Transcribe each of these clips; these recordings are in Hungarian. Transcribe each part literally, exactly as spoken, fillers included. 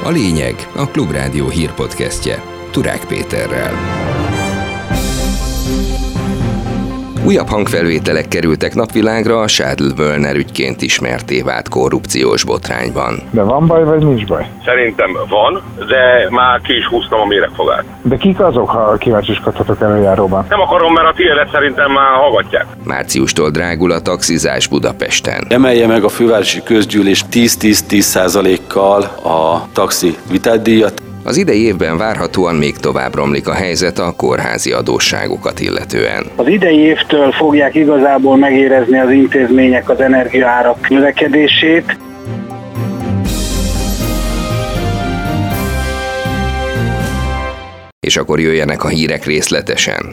A lényeg a Klubrádió hírpodcastje Turák Péterrel. Újabb hangfelvételek kerültek napvilágra a Schadl-Wölner ügyként ismertté vált korrupciós botrányban. De van baj, vagy nincs baj? Szerintem van, de már ki is húztam a méregfogát. De kik azok, ha kíváncsiskodhatok előjáróban? Nem akarom, mert a tiédet szerintem már hallgatják. Márciustól drágul a taxizás Budapesten. Emelje meg a fővárosi közgyűlés tíz-tíz-tíz százalékkal a taxi vitádíjat. Az idei évben várhatóan még tovább romlik a helyzet a kórházi adósságokat illetően. Az idei évtől fogják igazából megérezni az intézmények az energiaárak növekedését. És akkor jöjjenek a hírek részletesen.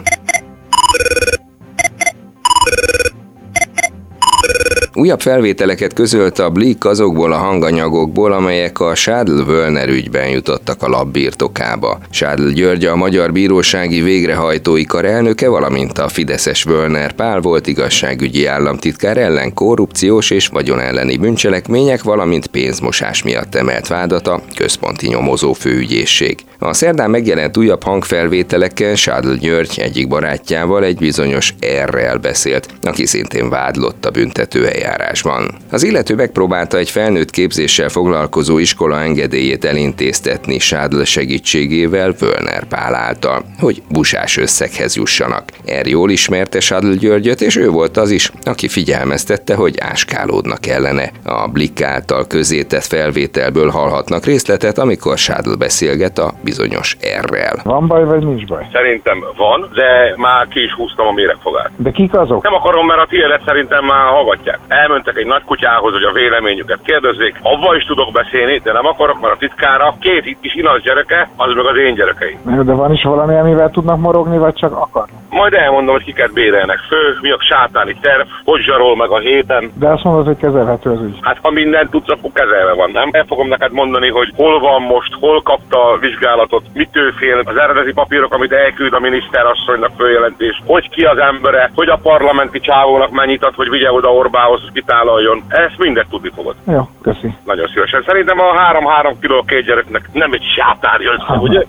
Újabb felvételeket közölt a Blick azokból a hanganyagokból, amelyek a Schadl-Wölner ügyben jutottak a lap birtokába. Schadl György a Magyar Bírósági Végrehajtói Kar elnöke, valamint a fideszes Wölner Pál volt igazságügyi államtitkár ellen korrupciós és vagyon elleni bűncselekmények, valamint pénzmosás miatt emelt vádat a Központi Nyomozó Főügyészség. A szerdán megjelent újabb hangfelvételeken Schadl György egyik barátjával, egy bizonyos R-rel beszélt, aki szintén vádlott a büntető eljárásban. Az illető megpróbálta egy felnőtt képzéssel foglalkozó iskola engedélyét elintéztetni Schadl segítségével Wölner Pál által, hogy busás összeghez jussanak. R jól ismerte Schadl Györgyöt, és ő volt az is, aki figyelmeztette, hogy áskálódnak ellene. A Blick által közzétett felvételből hallhatnak részletet, amikor Schadl beszélget a bizonyos R-rel. Van baj, vagy nincs baj? Szerintem van, de már ki is húztam a méregfogát. De kik azok? Nem akarom, mert a tiédet szerintem már hallgatják. Elmentek egy nagy kutyához, hogy a véleményüket kérdezzék. Avval is tudok beszélni, de nem akarok, mert a titkára két itt is inasz gyereke, az meg az én gyerekeim. De van is valami, amivel tudnak morogni, vagy csak akarnak? Majd elmondom, hogy kiket bérelnek fő, mi a sátáni terv, hogy zsarol meg a héten. De azt mondod, hogy kezelhető az ügy. Hát ha mindent tudsz, akkor kezelve van, nem? El fogom neked mondani, hogy hol van most, hol kapta a vizsgálatot, mitől fél az eredeti papírok, amit elküld a miniszterasszonynak följelentés, hogy ki az embere, hogy a parlamenti csávónak mennyit ad, hogy vigye oda Orbánhoz, hogy kitálaljon. Ezt mindet tudni fogod. Jó, köszi. Nagyon szívesen. Szerintem a három-három kiló két gyereknek nem egy sátán jön, ugye?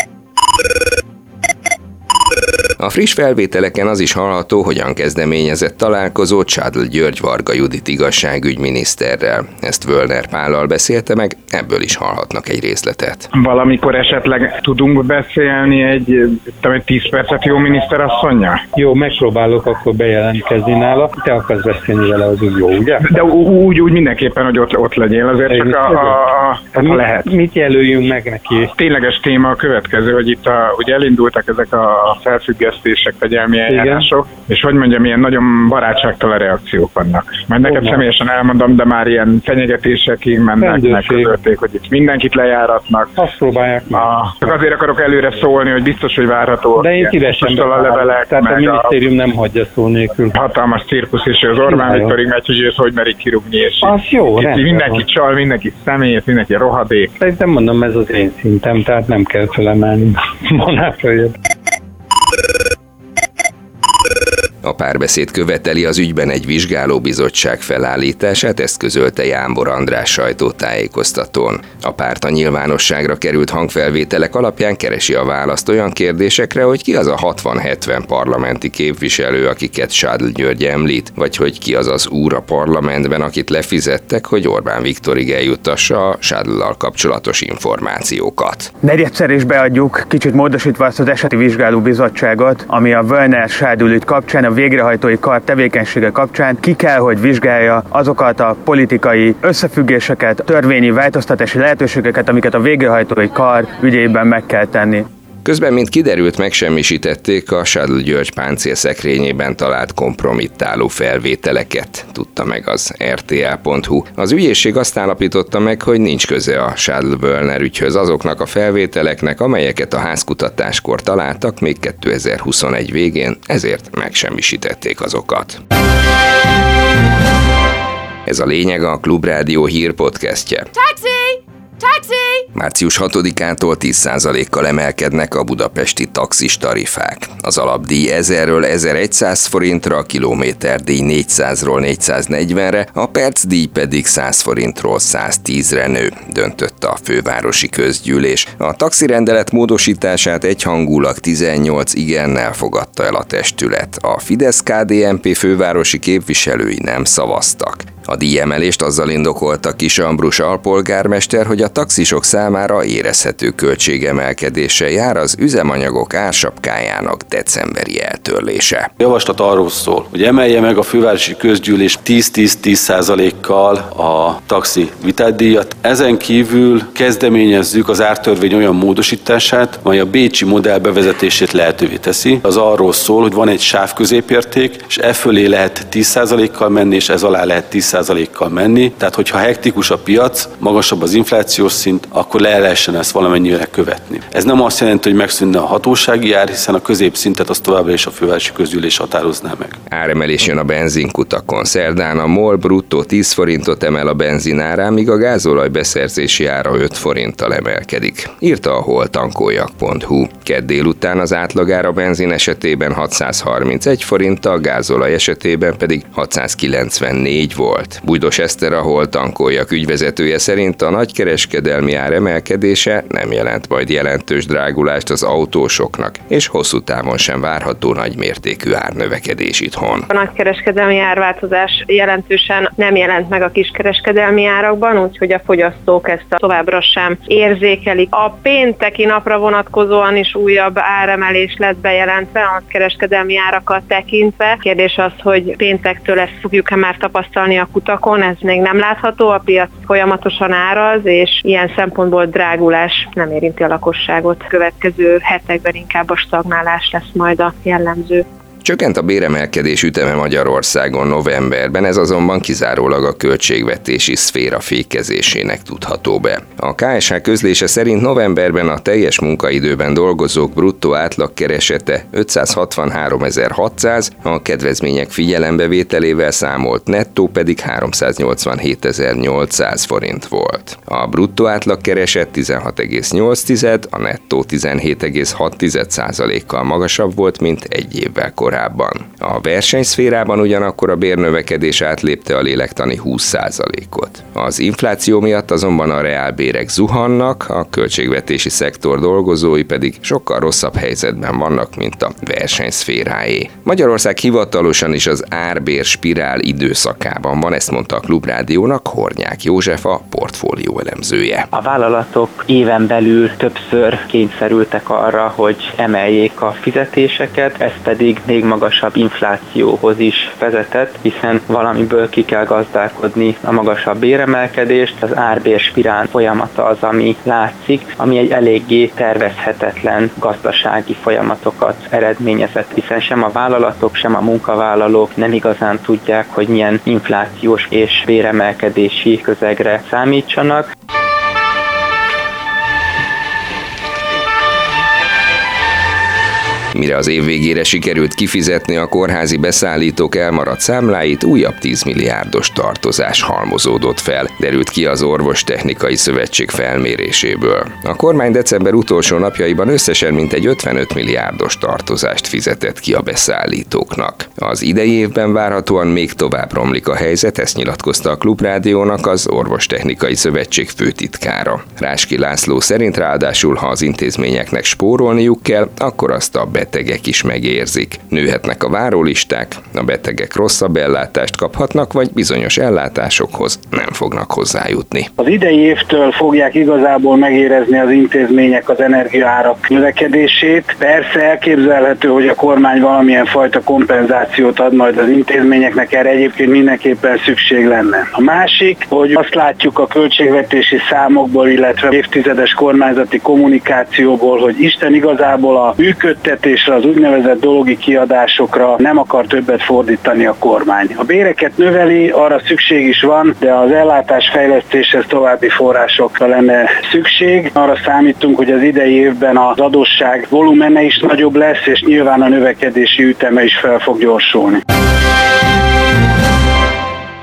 A friss felvételeken az is hallható, hogyan kezdeményezett találkozót Schadl György Varga Judit igazságügyminiszterrel. Ezt Wölner Pállal beszélte meg, ebből is hallhatnak egy részletet. Valamikor esetleg tudunk beszélni egy, egy tíz percet jó miniszterasszonnyal? Jó, megpróbálok akkor bejelentkezni nála. Te akarsz beszélni vele, az úgy jó, ugye? De úgy, úgy mindenképpen, hogy ott, ott legyél, azért csak a, a, a, a mit, lehet. Mit jelöljünk meg neki? Tényleges téma a következő, hogy itt a, ugye elindultak ezek a felfüggesztések, fegyelmi eljárások, és hogy mondjam, ilyen nagyon barátságtalan reakciók vannak. Majd neked Honnan? Személyesen elmondom, de már ilyen fenyegetésekig mennek, megközölték, hogy itt mindenkit lejáratnak. Azt próbálják meg. A, csak azért akarok előre szólni, hogy biztos, hogy várható. De én szívesen a levelek, tehát a minisztérium a nem hagyja szó nélkül. hatalmas cirkusz, és az Orbán Viktorig megy, hogy őt hogy merik kirúgni, és az jó, itt mindenki csal, mindenki személyét, mindenki rohadék. Szerintem mondom, ez az én szintem, tehát nem kell felemelni. Monár följebb. A Párbeszéd követeli az ügyben egy vizsgálóbizottság felállítását, ezt közölte Jámbor András sajtótájékoztatón. A párt a nyilvánosságra került hangfelvételek alapján keresi a választ olyan kérdésekre, hogy ki az a hatvan-hetven parlamenti képviselő, akiket Schadl György említ, vagy hogy ki az az úr a parlamentben, akit lefizettek, hogy Orbán Viktorig eljuttassa a Schadl-lal kapcsolatos információkat. Negyedszer is beadjuk, kicsit módosítva azt az eseti vizsgálóbizottságot, ami a Wölner-Schadl ügy kapcsán, a végrehajtói kar tevékenysége kapcsán ki kell, hogy vizsgálja azokat a politikai összefüggéseket, törvényi változtatási lehetőségeket, amiket a végrehajtói kar ügyében meg kell tenni. Közben, mint kiderült, megsemmisítették a Schadl György páncélszekrényében talált kompromittáló felvételeket, tudta meg az er té á pont hú. Az ügyészség azt állapította meg, hogy nincs köze a Schadl-Wölner ügyhöz azoknak a felvételeknek, amelyeket a házkutatáskor találtak még kétezer-huszonegy végén, ezért megsemmisítették azokat. Ez a lényeg a Klubrádió hírpodcastje. Taxi! Taxi! Március hatodikától tíz százalékkal emelkednek a budapesti taxis tarifák. Az alapdíj ezerről ezerszáz forintra, a kilométerdíj négyszázról négyszáznegyvenre, a percdíj pedig száz forintról száztízre nő, döntött a fővárosi közgyűlés. A taxirendelet módosítását egyhangulag tizennyolc igennel fogadta el a testület. A Fidesz-ká dé en pé fővárosi képviselői nem szavaztak. A díjemelést azzal indokolta Kis Ambrus alpolgármester, hogy a taxisok számára érezhető költségemelkedéssel jár az üzemanyagok ársapkájának decemberi eltörlése. A javaslat arról szól, hogy emelje meg a fővárosi közgyűlés tíz-tíz-tíz százalékkal a taxi viteldíjat. Ezen kívül kezdeményezzük az ártörvény olyan módosítását, mely a bécsi modell bevezetését lehetővé teszi. Az arról szól, hogy van egy sávközépérték, és e fölé lehet tíz százalékkal menni, és ez alá lehet tíz százalékkal menni. Tehát, hogyha hektikus a piac, magasabb az inflációs szint, akkor le lehessen ezt valamennyire követni. Ez nem azt jelenti, hogy megszűnne a hatósági ár, hiszen a középszintet azt továbbra is a fővárosi közgyűlés határozná meg. Áremelés jön a benzinkutakon. Szerdán a MOL bruttó tíz forintot emel a benzin árán, míg a gázolaj beszerzési ára öt forinttal emelkedik, írta a hol tankoljak pont hu. Kedd délután az átlagára benzin esetében hatszázharmincegy forint, a gázolaj esetében pedig hatszázkilencvennégy volt. Bújdos Eszter, a hol tankoljak ügyvezetője szerint a nagykereskedelmi ár emelkedése nem jelent majd jelentős drágulást az autósoknak, és hosszú távon sem várható nagymértékű árnövekedés itthon. A nagykereskedelmi árváltozás jelentősen nem jelent meg a kiskereskedelmi árakban, úgyhogy a fogyasztók ezt továbbra sem érzékelik. A pénteki napra vonatkozóan is újabb áremelés lett bejelentve a kereskedelmi árakat tekintve. Kérdés az, hogy péntektől ezt fogjuk-e már tapasztalni a kutakon, ez még nem látható, a piac folyamatosan áraz, és ilyen szempontból drágulás nem érinti a lakosságot. Következő hetekben inkább a stagnálás lesz majd a jellemző. Csökkent a béremelkedés üteme Magyarországon novemberben, ez azonban kizárólag a költségvetési szféra fékezésének tudható be. A ká es há közlése szerint novemberben a teljes munkaidőben dolgozók bruttó átlagkeresete ötszázhatvanháromezer-hatszáz, a kedvezmények figyelembevételével számolt nettó pedig háromszáznyolcvanhétezer-nyolcszáz forint volt. A bruttó átlagkereset tizenhat egész nyolc tized, a nettó tizenhét egész hat tized százalékkal magasabb volt, mint egy évvel korábban. A versenyszférában ugyanakkor a bérnövekedés átlépte a lélektani húsz százalékot. Az infláció miatt azonban a reálbérek zuhannak, a költségvetési szektor dolgozói pedig sokkal rosszabb helyzetben vannak, mint a versenyszféráé. Magyarország hivatalosan is az árbér spirál időszakában van, ezt mondta a Klubrádiónak Hornyák József, a portfólió elemzője. A vállalatok éven belül többször kényszerültek arra, hogy emeljék a fizetéseket, ez pedig még magasabb inflációhoz is vezetett, hiszen valamiből ki kell gazdálkodni a magasabb béremelkedést, az árbérspirál folyamata az, ami látszik, ami egy eléggé tervezhetetlen gazdasági folyamatokat eredményezett, hiszen sem a vállalatok, sem a munkavállalók nem igazán tudják, hogy milyen inflációs és béremelkedési közegre számítsanak. Mire az év végére sikerült kifizetni a kórházi beszállítók elmaradt számláit, újabb tíz milliárdos tartozás halmozódott fel, derült ki az Orvostechnikai Szövetség felméréséből. A kormány december utolsó napjaiban összesen mintegy ötvenöt milliárdos tartozást fizetett ki a beszállítóknak. Az idei évben várhatóan még tovább romlik a helyzet, ezt nyilatkozta a Klubrádiónak az Orvostechnikai Szövetség főtitkára. Ráski László szerint ráadásul, ha az intézményeknek spórolniuk kell, akkor azt a betegek is megérzik. Nőhetnek a várólisták, a betegek rosszabb ellátást kaphatnak, vagy bizonyos ellátásokhoz nem fognak hozzájutni. Az idei évtől fogják igazából megérezni az intézmények az energiaárak növekedését. Persze elképzelhető, hogy a kormány valamilyen fajta kompenzációt ad majd az intézményeknek, erre egyébként mindenképpen szükség lenne. A másik, hogy azt látjuk a költségvetési számokból, illetve évtizedes kormányzati kommunikációból, hogy Isten igazából a működtetésre, az úgynevezett dologi kiadásokra nem akar többet fordítani a kormány. A béreket növeli, arra szükség is van, de az ellátás fejlesztéshez további forrásokra lenne szükség. Arra számítunk, hogy az idei évben az adósság volumene is nagyobb lesz, és nyilván a növekedési üteme is fel fog gyorsulni.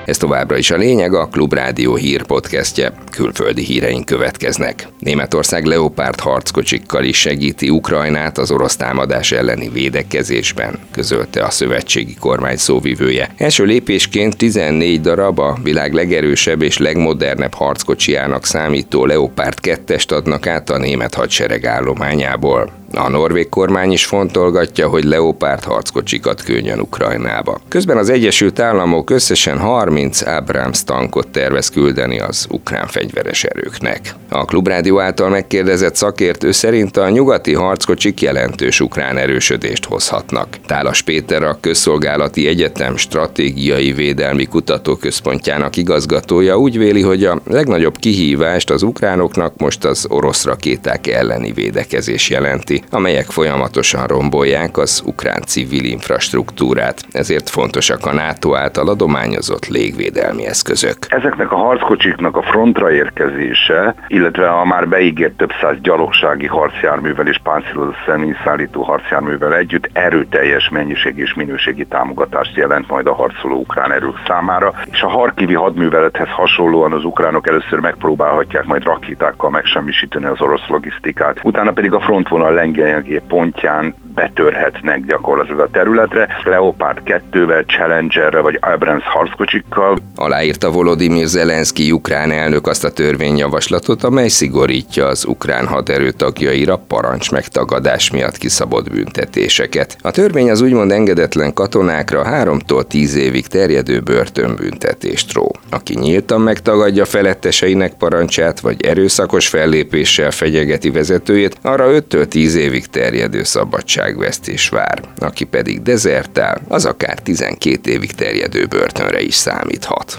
Ez továbbra is a lényeg, a Klubrádió hírpodcastje. Külföldi híreink következnek. Németország Leopard harckocsikkal is segíti Ukrajnát az orosz támadás elleni védekezésben, közölte a szövetségi kormány szóvivője. Első lépésként tizennégy darab a világ legerősebb és legmodernebb harckocsijának számító Leopard kettest adnak át a német hadsereg állományából. A norvég kormány is fontolgatja, hogy Leopard harckocsikat küldjön Ukrajnába. Közben az Egyesült Államok összesen harminc Abrams tankot tervez küldeni az ukrán fegyveres erőknek. A Klubrádió által megkérdezett szakértő szerint a nyugati harckocsik jelentős ukrán erősödést hozhatnak. Tálas Péter, a Közszolgálati Egyetem Stratégiai Védelmi Kutatóközpontjának igazgatója úgy véli, hogy a legnagyobb kihívást az ukránoknak most az orosz rakéták elleni védekezés jelenti, amelyek folyamatosan rombolják az ukrán civil infrastruktúrát, ezért fontosak a NATO által adományozott légvédelmi eszközök. Ezeknek a harckocsiknak a frontra érkezése, illetve a már beígért több száz gyalogsági harcjárművel és páncélozott személyszállító harcjárművel együtt erőteljes mennyiség és minőségi támogatást jelent majd a harcoló ukrán erők számára, és a harkivi hadművelethez hasonlóan az ukránok először megpróbálhatják majd rakétákkal megsemmisíteni az orosz logisztikát, utána pedig a frontvonal lengyelgé pontján betörhetnek gyakorlatilag a területre, Leopard kettővel, Challengerrel vagy Abrams harckocsikkal. Aláírta Volodymyr Zelenszky ukrán elnök azt a törvényjavaslatot, amely szigorítja az ukrán haderő tagjaira parancs megtagadás miatt kiszabott büntetéseket. A törvény az úgymond engedetlen katonákra háromtól tíz évig terjedő börtönbüntetést ró. Aki nyíltan megtagadja feletteseinek parancsát, vagy erőszakos fellépéssel fenyegeti vezetőjét, arra öttől tíz évig terjedő szabadságvesztés vár. Aki pedig dezertál, az akár tizenkét évig terjedő börtönre is számíthat.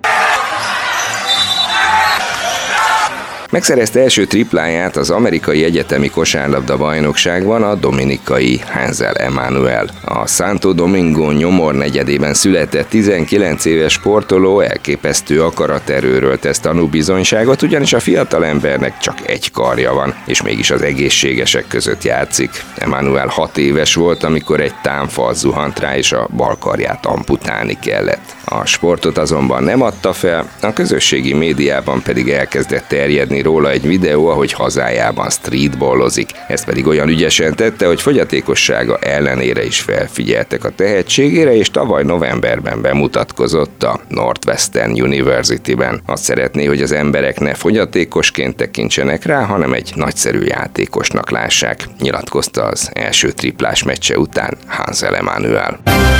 Megszerezte első tripláját az amerikai egyetemi kosárlabda bajnokságban a dominikai Hansel Emmanuel. A Santo Domingo nyomor negyedében született tizenkilenc éves sportoló elképesztő akaraterőről tesz tanúbizonyságot, ugyanis a fiatalembernek csak egy karja van, és mégis az egészségesek között játszik. Emmanuel hat éves volt, amikor egy támfal zuhant rá, és a bal karját amputálni kellett. A sportot azonban nem adta fel, a közösségi médiában pedig elkezdett terjedni róla egy videó, ahogy hazájában streetballozik. Ezt pedig olyan ügyesen tette, hogy fogyatékossága ellenére is felfigyeltek a tehetségére, és tavaly novemberben bemutatkozott a Northwestern University-ben. Azt szeretné, hogy az emberek ne fogyatékosként tekintsenek rá, hanem egy nagyszerű játékosnak lássák, nyilatkozta az első triplás meccse után Hansel Emmanuel.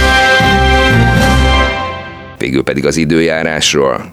Végül pedig az időjárásról.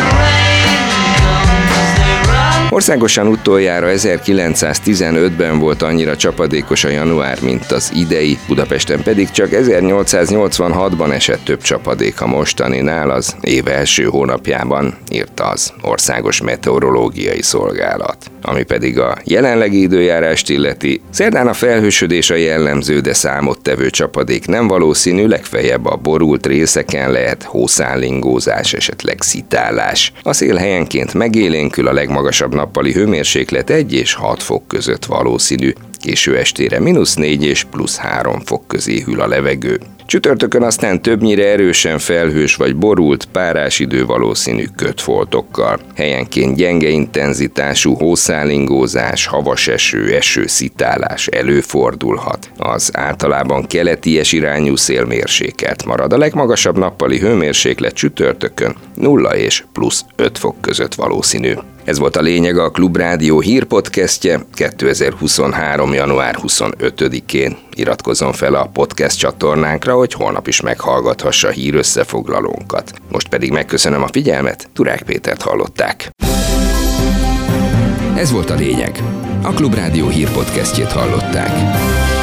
Országosan utoljára ezerkilencszáztizenötben volt annyira csapadékos a január, mint az idei, Budapesten pedig csak ezernyolcszáznyolcvanhatban esett több csapadék a mostaninál az év első hónapjában, írta az Országos Meteorológiai Szolgálat. Ami pedig a jelenlegi időjárást illeti, szerdán a felhősödés a jellemző, de számottevő csapadék nem valószínű, legfeljebb a borult részeken lehet hószállingózás, esetleg szitálás. A szél helyenként megélénkül, a legmagasabb nappali hőmérséklet egy és hat fok között valószínű. Késő estére mínusz négy és plusz három fok közé hűl a levegő. Csütörtökön aztán többnyire erősen felhős vagy borult párás idő valószínű kötfoltokkal. Helyenként gyenge intenzitású hószálingózás, havas eső, esőszitálás előfordulhat. Az általában keleties irányú szél mérsékelt marad. A legmagasabb nappali hőmérséklet csütörtökön nulla és plusz öt fok között valószínű. Ez volt a lényeg a Klubrádió hírpodcastje kétezer-huszonhárom. január huszonötödikén. Iratkozzon fel a podcast csatornánkra, hogy holnap is meghallgathassa hírösszefoglalónkat. Most pedig megköszönöm a figyelmet, Turák Pétert hallották. Ez volt a lényeg. A Klubrádió hírpodcastjét hallották.